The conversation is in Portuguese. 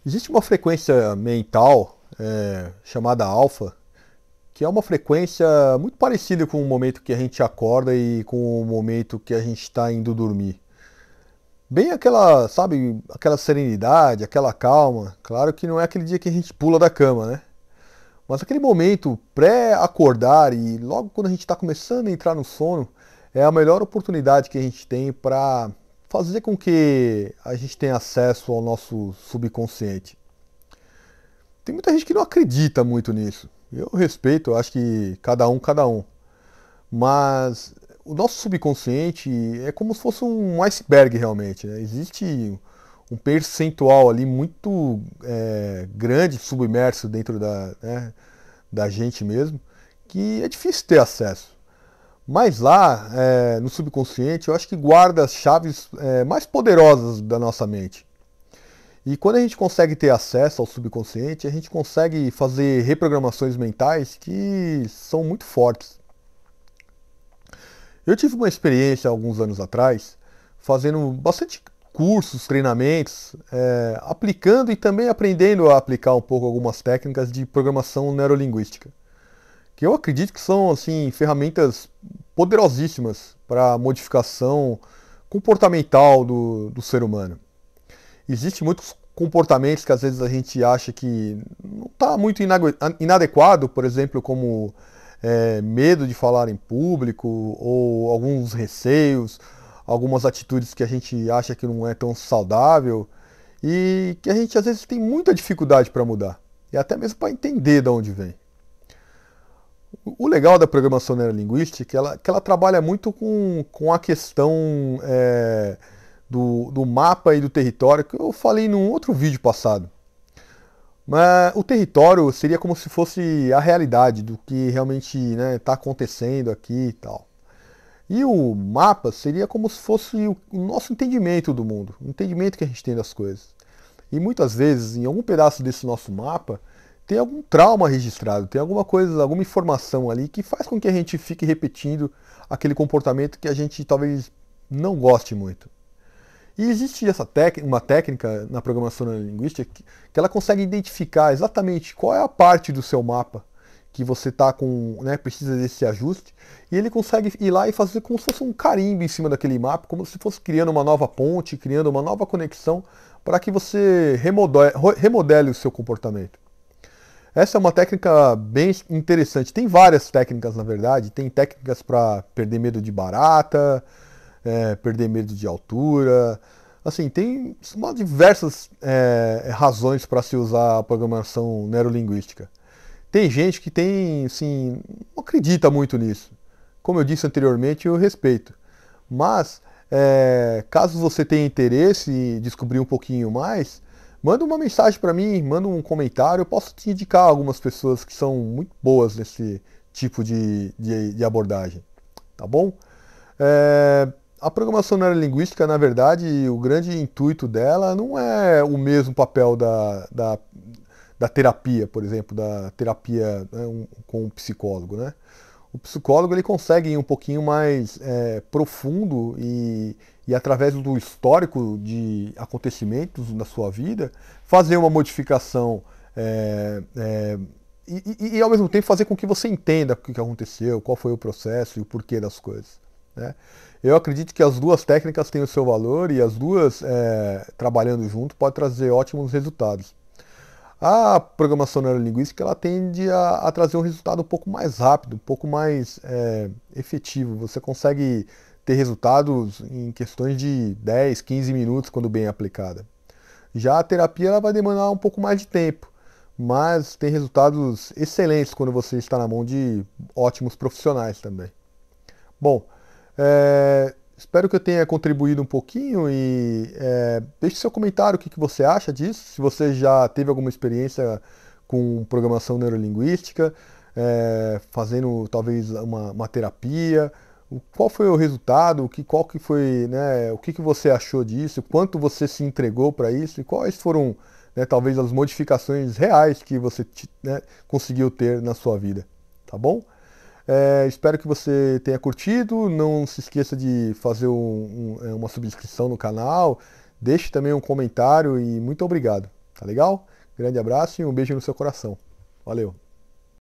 Existe uma frequência mental chamada alfa, que é uma frequência muito parecida com o momento que a gente acorda e com o momento que a gente está indo dormir. Bem aquela, sabe, aquela serenidade, aquela calma. Claro que não é aquele dia que a gente pula da cama, né? Mas aquele momento pré-acordar e logo quando a gente está começando a entrar no sono, é a melhor oportunidade que a gente tem para fazer com que a gente tenha acesso ao nosso subconsciente. Tem muita gente que não acredita muito nisso. Eu respeito, eu acho que cada um. Mas o nosso subconsciente é como se fosse um iceberg realmente, né? Existe um percentual ali muito grande submerso dentro da gente mesmo, que é difícil ter acesso. Mas lá, no subconsciente, eu acho que guarda as chaves mais poderosas da nossa mente. E quando a gente consegue ter acesso ao subconsciente, a gente consegue fazer reprogramações mentais que são muito fortes. Eu tive uma experiência alguns anos atrás, fazendo bastante cursos, treinamentos, aplicando e também aprendendo a aplicar um pouco algumas técnicas de programação neurolinguística, que eu acredito que são assim ferramentas poderosíssimas para a modificação comportamental do ser humano. Existem muitos comportamentos que às vezes a gente acha que não está muito inadequado, por exemplo, como medo de falar em público, ou alguns receios, algumas atitudes que a gente acha que não é tão saudável e que a gente às vezes tem muita dificuldade para mudar, e até mesmo para entender de onde vem. O legal da programação neurolinguística é que ela trabalha muito com a questão do mapa e do território, que eu falei num outro vídeo passado. Mas o território seria como se fosse a realidade do que realmente está acontecendo aqui e tal. E o mapa seria como se fosse o nosso entendimento do mundo, o entendimento que a gente tem das coisas. E muitas vezes, em algum pedaço desse nosso mapa, tem algum trauma registrado, tem alguma coisa, alguma informação ali que faz com que a gente fique repetindo aquele comportamento que a gente talvez não goste muito. E existe uma técnica na programação neurolinguística que ela consegue identificar exatamente qual é a parte do seu mapa que você tá precisa desse ajuste, e ele consegue ir lá e fazer como se fosse um carimbo em cima daquele mapa, como se fosse criando uma nova ponte, criando uma nova conexão para que você remodele o seu comportamento. Essa é uma técnica bem interessante. Tem várias técnicas, na verdade. Tem técnicas para perder medo de barata, perder medo de altura. Assim, tem diversas razões para se usar a programação neurolinguística. Tem gente que tem, assim, não acredita muito nisso. Como eu disse anteriormente, eu respeito. Mas, caso você tenha interesse em descobrir um pouquinho mais, manda uma mensagem para mim, manda um comentário. Eu posso te indicar algumas pessoas que são muito boas nesse tipo de abordagem. Tá bom? A programação neurolinguística, na verdade, o grande intuito dela não é o mesmo papel da terapia, por exemplo, da terapia com o psicólogo, né? O psicólogo ele consegue ir um pouquinho mais profundo e através do histórico de acontecimentos na sua vida, fazer uma modificação e ao mesmo tempo fazer com que você entenda o que aconteceu, qual foi o processo e o porquê das coisas, né? Eu acredito que as duas técnicas têm o seu valor e as duas trabalhando junto pode trazer ótimos resultados. A programação neurolinguística ela tende a trazer um resultado um pouco mais rápido, um pouco mais efetivo. Você consegue ter resultados em questões de 10, 15 minutos quando bem aplicada. Já a terapia ela vai demandar um pouco mais de tempo, mas tem resultados excelentes quando você está na mão de ótimos profissionais também. Bom, espero que eu tenha contribuído um pouquinho e deixe seu comentário o que você acha disso, se você já teve alguma experiência com programação neurolinguística, fazendo talvez uma terapia, qual foi o resultado, qual que foi, né, o que você achou disso, quanto você se entregou para isso e quais foram, né, talvez as modificações reais que você conseguiu ter na sua vida, tá bom? Espero que você tenha curtido. Não se esqueça de fazer uma subscrição no canal. Deixe também um comentário e muito obrigado. Tá legal? Grande abraço e um beijo no seu coração. Valeu!